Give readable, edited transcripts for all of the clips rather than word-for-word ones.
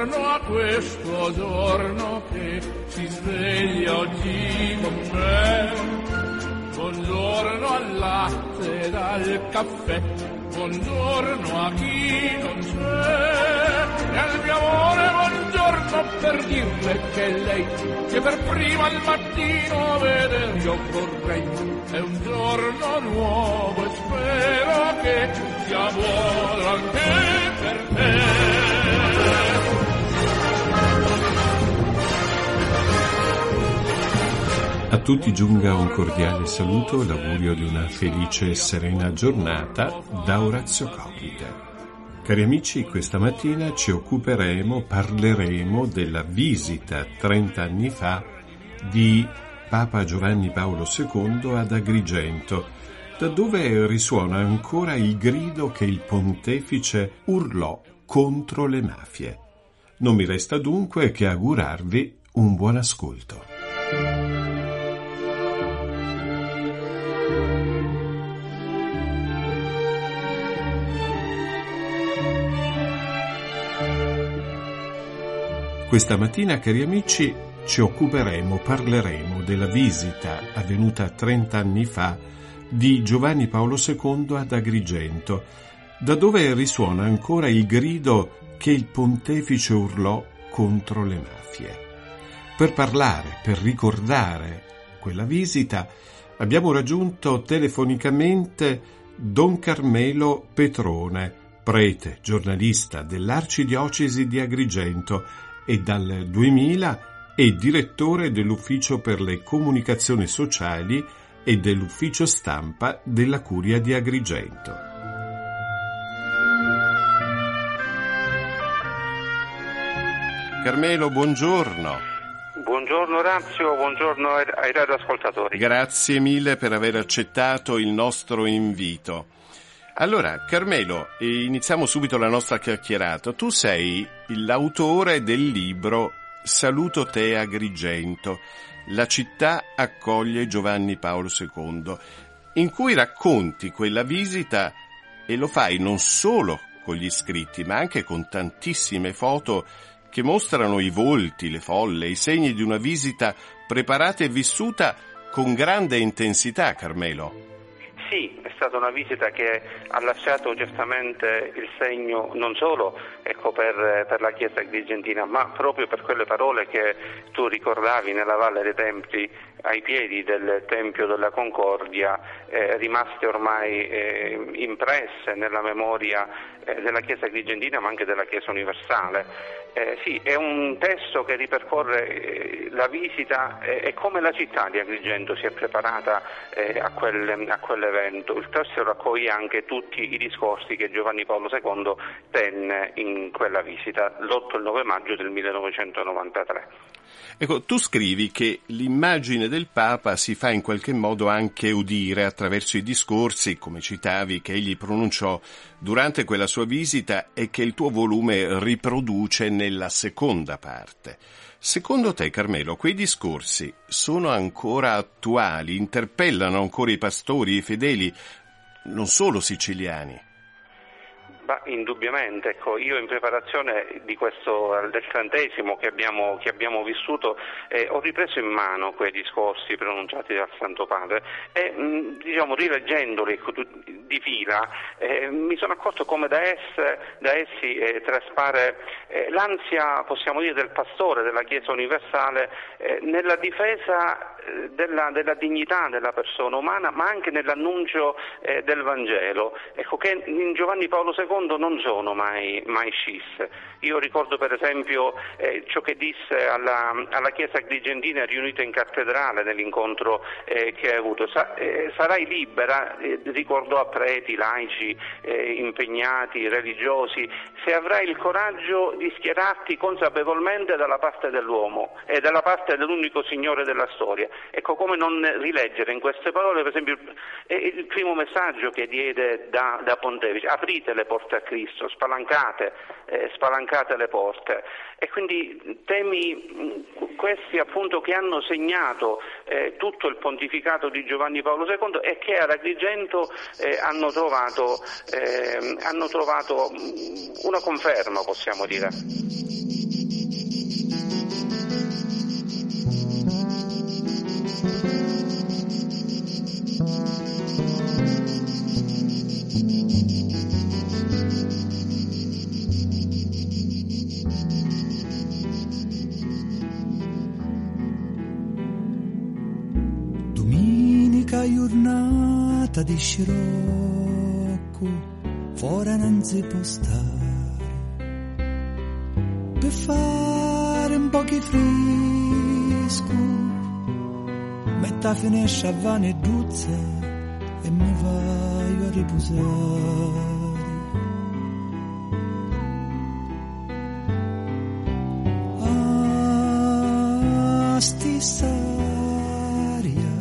buongiorno a questo giorno che si sveglia oggi con me. Buongiorno al latte ed al caffè, buongiorno a chi non c'è. E al mio amore buongiorno per dirle che lei, che per prima al mattino vedere io vorrei. È un giorno nuovo e spero che sia buono anche per te. A tutti giunga un cordiale saluto e l'augurio di una felice e serena giornata da Orazio Copite. Cari amici, questa mattina parleremo della visita 30 anni fa di Papa Giovanni Paolo II ad Agrigento, da dove risuona ancora il grido che il pontefice urlò contro le mafie. Non mi resta dunque che augurarvi un buon ascolto. Questa mattina, cari amici, parleremo della visita avvenuta 30 anni fa di Giovanni Paolo II ad Agrigento, da dove risuona ancora il grido che il pontefice urlò contro le mafie. Per parlare, per ricordare quella visita, abbiamo raggiunto telefonicamente Don Carmelo Petrone, prete, giornalista dell'Arcidiocesi di Agrigento, e dal 2000 è direttore dell'Ufficio per le Comunicazioni Sociali e dell'Ufficio Stampa della Curia di Agrigento. Carmelo, buongiorno. Buongiorno Orazio, buongiorno ai radioascoltatori. Grazie mille per aver accettato il nostro invito. Allora, Carmelo, iniziamo subito la nostra chiacchierata. Tu sei l'autore del libro Saluto te Agrigento, la città accoglie Giovanni Paolo II, in cui racconti quella visita e lo fai non solo con gli scritti, ma anche con tantissime foto che mostrano i volti, le folle, i segni di una visita preparata e vissuta con grande intensità, Carmelo. Sì, è stata una visita che ha lasciato certamente il segno non solo per la Chiesa agrigentina, ma proprio per quelle parole che tu ricordavi nella Valle dei Templi, ai piedi del Tempio della Concordia, rimaste ormai impresse nella memoria della Chiesa agrigentina, ma anche della Chiesa universale. Sì, è un testo che ripercorre la visita e come la città di Agrigento si è preparata a quell'evento. Il testo raccoglie anche tutti i discorsi che Giovanni Paolo II tenne in quella visita l'8 e il 9 maggio del 1993. Ecco, tu scrivi che l'immagine del Papa si fa in qualche modo anche udire attraverso i discorsi, come citavi, che egli pronunciò durante quella sua visita e che il tuo volume riproduce nella seconda parte. Secondo te, Carmelo, quei discorsi sono ancora attuali, interpellano ancora i pastori, i fedeli, non solo siciliani? Indubbiamente, ecco, io in preparazione di questo del 30° che abbiamo vissuto ho ripreso in mano quei discorsi pronunciati dal Santo Padre e rileggendoli di fila mi sono accorto come da essi traspare l'ansia, possiamo dire, del pastore della Chiesa universale nella difesa della dignità della persona umana, ma anche nell'annuncio del Vangelo, ecco, che in Giovanni Paolo II non sono mai scisse. Io ricordo per esempio ciò che disse alla Chiesa agrigentina riunita in cattedrale nell'incontro che hai avuto. Sarai libera, ricordò a preti, laici, impegnati, religiosi, se avrai il coraggio di schierarti consapevolmente dalla parte dell'uomo e dalla parte dell'unico Signore della storia. Ecco, come non rileggere in queste parole per esempio il primo messaggio che diede da Pontefice: aprite le porte a Cristo, spalancate le porte. E quindi temi questi appunto che hanno segnato tutto il pontificato di Giovanni Paolo II e che ad Agrigento hanno trovato una conferma, possiamo dire. sta giornata di scirocco fuori non si può stare, per fare un po' di fresco metto a finestra a vane e duzze e mi vai a riposare. Stessa aria,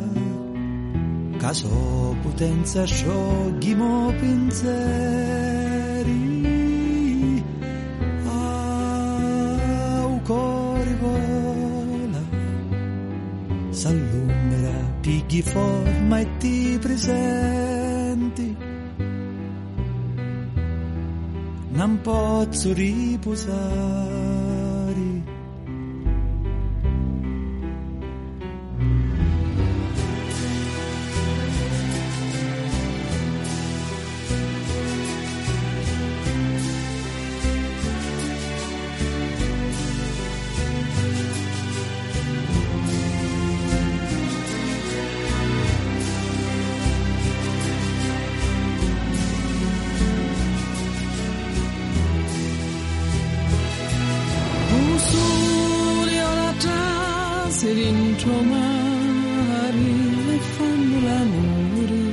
caso potenza scioglimo pensieri, un cuore vola, s'allumera, pigli forma e ti presenti, non posso riposare. Dentro mare e fanno l'amore,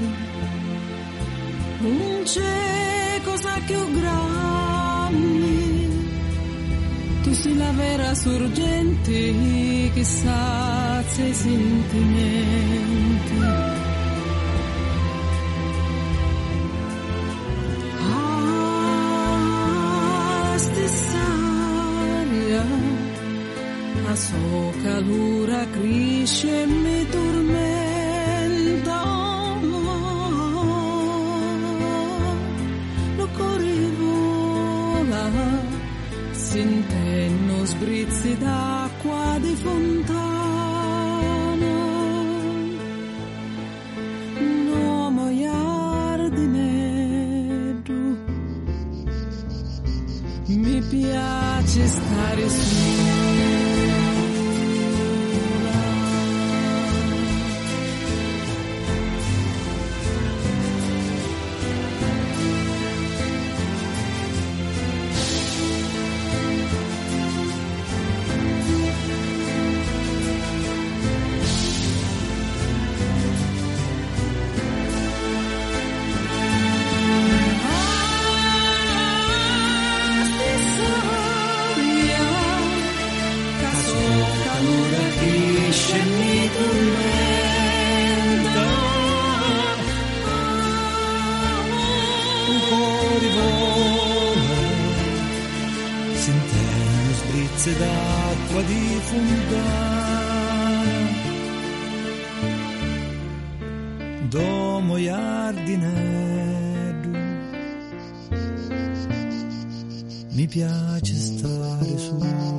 non c'è cosa più grande, tu sei la vera sorgente che sazia i sentimenti. Stessa aria, la sua calura cresce e mi tormenta, lo cuore vola, sentendo sbrizzi d'acqua di fontana, no moiar di netto, mi piace stare su. Sentendo sprizze d'acqua di fontana, domo iardinello, mi piace stare su.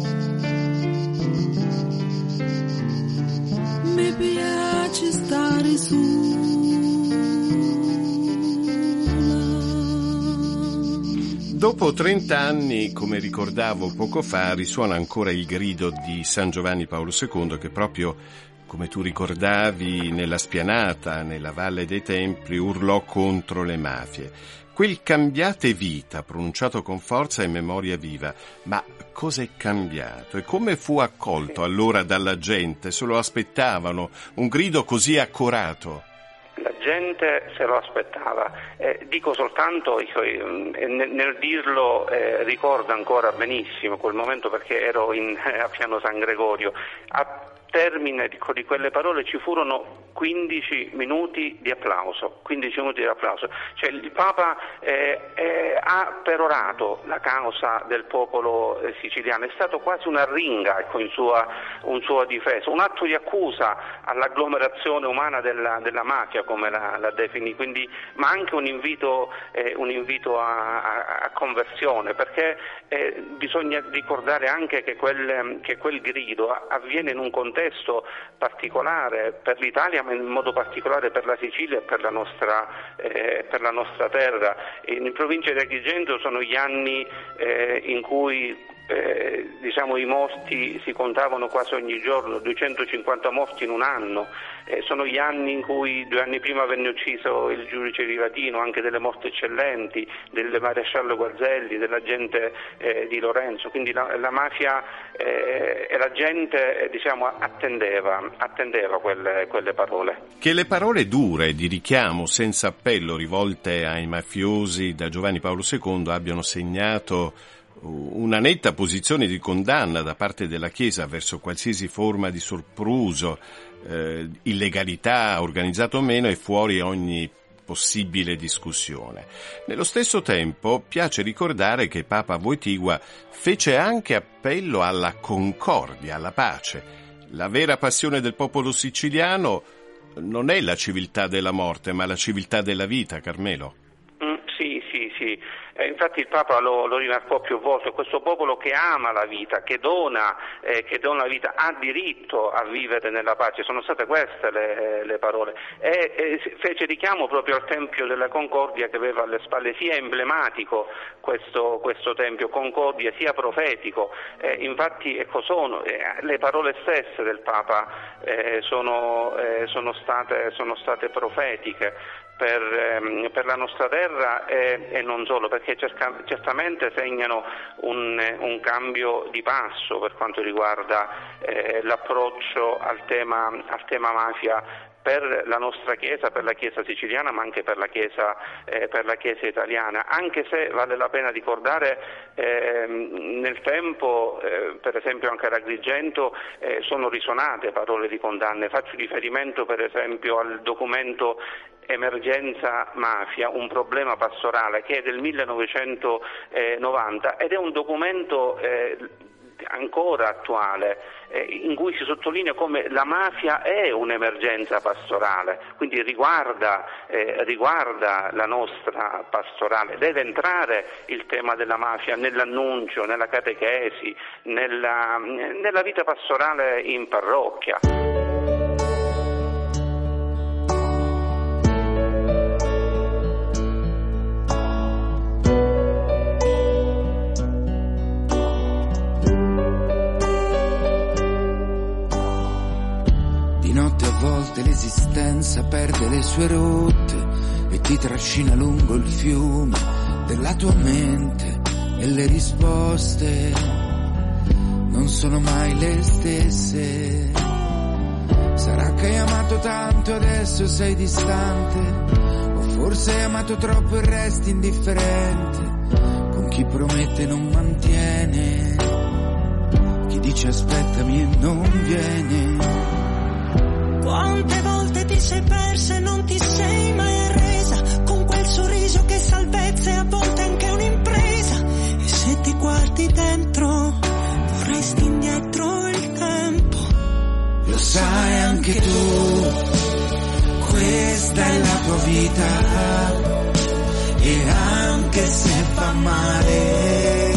Mi piace stare su. Dopo 30 anni, come ricordavo poco fa, risuona ancora il grido di San Giovanni Paolo II che proprio, come tu ricordavi, nella spianata, nella Valle dei Templi, urlò contro le mafie. Quel cambiate vita, pronunciato con forza e memoria viva, ma cosa è cambiato e come fu accolto allora dalla gente? Se lo aspettavano, un grido così accorato? La gente se lo aspettava, dico soltanto, nel dirlo ricordo ancora benissimo quel momento perché ero a Piano San Gregorio. A termine di quelle parole ci furono 15 minuti di applauso, cioè il Papa ha perorato la causa del popolo siciliano, è stato quasi una ringa, ecco, un suo difesa, un atto di accusa all'agglomerazione umana della mafia, come la definì, quindi, ma anche un invito a conversione, perché bisogna ricordare anche che quel grido avviene in un contesto particolare per l'Italia, ma in modo particolare per la Sicilia e per la nostra terra. In provincia di Agrigento sono gli anni in cui diciamo i morti si contavano quasi ogni giorno, 250 morti in un anno. Sono gli anni in cui 2 anni prima venne ucciso il giudice Rivatino, anche delle morti eccellenti, del maresciallo Guazelli, dell'agente Di Lorenzo. Quindi la mafia e la gente diciamo attendeva quelle parole. Che le parole dure di richiamo senza appello rivolte ai mafiosi da Giovanni Paolo II abbiano segnato una netta posizione di condanna da parte della Chiesa verso qualsiasi forma di sopruso, illegalità, organizzato o meno, e fuori ogni possibile discussione. Nello stesso tempo piace ricordare che Papa Wojtyła fece anche appello alla concordia, alla pace. La vera passione del popolo siciliano non è la civiltà della morte, ma la civiltà della vita, Carmelo. Sì. Infatti il Papa lo rimarcò più volte: questo popolo che ama la vita, che dona la vita, ha diritto a vivere nella pace. Sono state queste le parole. E fece richiamo proprio al Tempio della Concordia che aveva alle spalle, sia emblematico questo Tempio, concordia, sia profetico. Infatti sono le parole stesse del Papa sono state profetiche per la nostra terra e non solo, perché certamente segnano un cambio di passo per quanto riguarda l'approccio al tema mafia per la nostra Chiesa, per la Chiesa siciliana, ma anche per la Chiesa italiana. Anche se vale la pena ricordare nel tempo, per esempio anche ad Agrigento, sono risonate parole di condanne. Faccio riferimento per esempio al documento Emergenza Mafia, un problema pastorale, che è del 1990 ed è un documento ancora attuale, in cui si sottolinea come la mafia è un'emergenza pastorale, quindi riguarda la nostra pastorale. Deve entrare il tema della mafia nell'annuncio, nella catechesi, nella vita pastorale in parrocchia. L'esistenza perde le sue rotte e ti trascina lungo il fiume della tua mente e le risposte non sono mai le stesse. Sarà che hai amato tanto e adesso sei distante, o forse hai amato troppo e resti indifferente. Con chi promette non mantiene, chi dice aspettami e non viene. Quante volte ti sei persa e non ti sei mai arresa, con quel sorriso che salvezza e a volte anche un'impresa. E se ti guardi dentro vorresti indietro il tempo. Lo sai anche tu, questa è la tua vita, e anche se fa male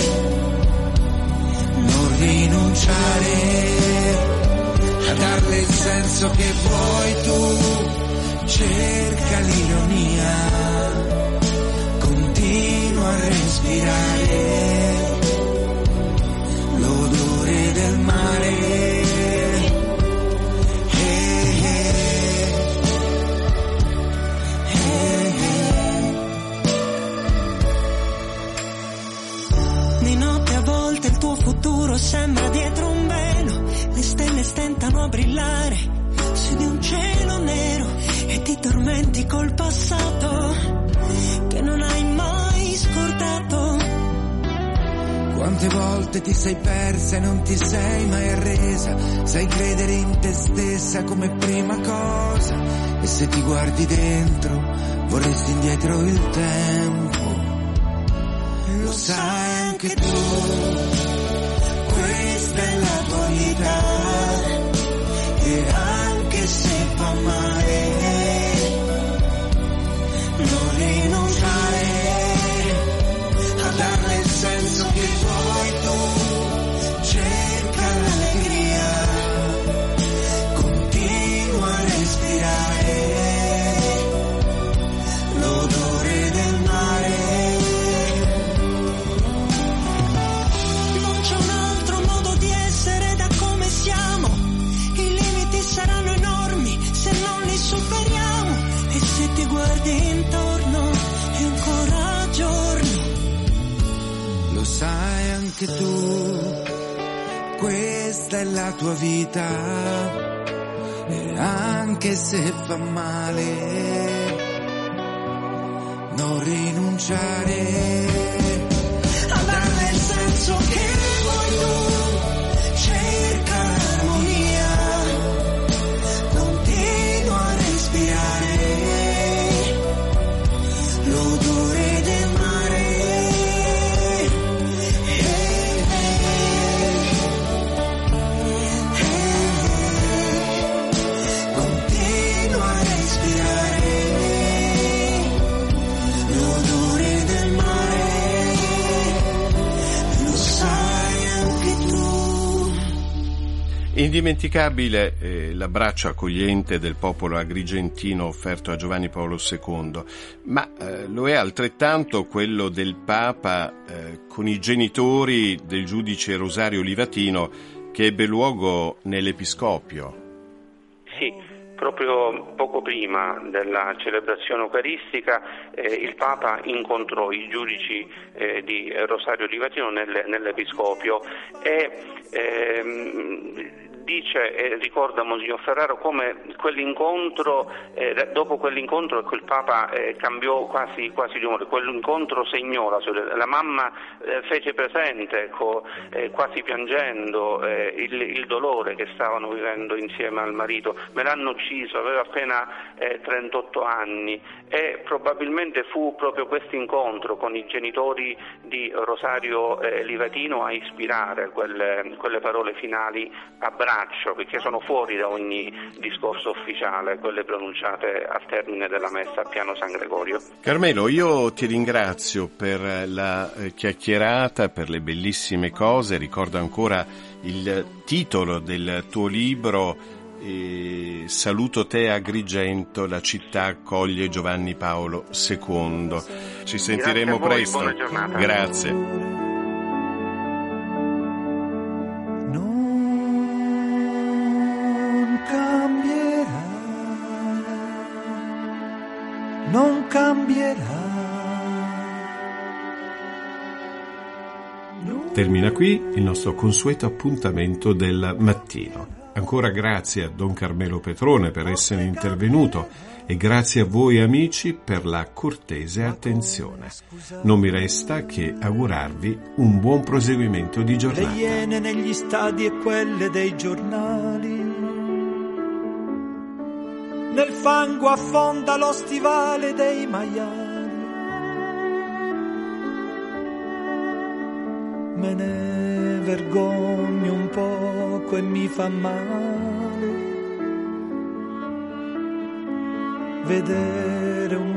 non rinunciare a darle il senso che vuoi tu. Cerca l'ironia, continua a respirare l'odore del mare. Di notte a volte il tuo futuro sembra dietro un velo, le stelle stentano a brillare su di un cielo nero e ti tormenti col passato che non hai mai scordato. Quante volte ti sei persa e non ti sei mai arresa, sai credere in te stessa come prima cosa, e se ti guardi dentro vorresti indietro il tempo. Lo sai anche tu, questa è la tua vita, e anche se fa male non rinunciare a darle il senso che vuoi tu. Cerca l'allegria, continua a respirare l'odore del mare. Non c'è una guardi intorno è ancora giorno. Lo sai anche tu, questa è la tua vita, e anche se fa male, non rinunciare a darle il senso che vuoi tu, cerca l'armonia, continua a respirare l'odore del mare. Continua a respirare l'odore del mare, lo sai anche tu. Indimenticabile l'abbraccio accogliente del popolo agrigentino offerto a Giovanni Paolo II, ma lo è altrettanto quello del Papa con i genitori del giudice Rosario Livatino, che ebbe luogo nell'Episcopio. Sì, proprio poco prima della celebrazione eucaristica il Papa incontrò i giudici di Rosario Livatino nell'Episcopio e dice e ricorda Monsignor Ferraro come quell'incontro, dopo quell'incontro il Papa cambiò quasi di umore. Quell'incontro segnò la mamma fece presente quasi piangendo il dolore che stavano vivendo insieme al marito. Me l'hanno ucciso, aveva appena 38 anni e probabilmente fu proprio questo incontro con i genitori di Rosario Livatino a ispirare quelle parole finali a braccio, perché sono fuori da ogni discorso ufficiale, quelle pronunciate al termine della messa a piano San Gregorio. Carmelo, io ti ringrazio per la chiacchierata, per le bellissime cose. Ricordo ancora il titolo del tuo libro, Saluto te Agrigento, la città accoglie Giovanni Paolo II. Ci sentiremo presto. Buona giornata. Grazie. Non cambierà. Termina qui il nostro consueto appuntamento del mattino. Ancora grazie a Don Carmelo Petrone per essere intervenuto e grazie a voi amici per la cortese attenzione. Non mi resta che augurarvi un buon proseguimento di giornata. Le iene negli stadi e quelle dei giornali. Nel fango affonda lo stivale dei maiali. Me ne vergogno un poco e mi fa male vedere un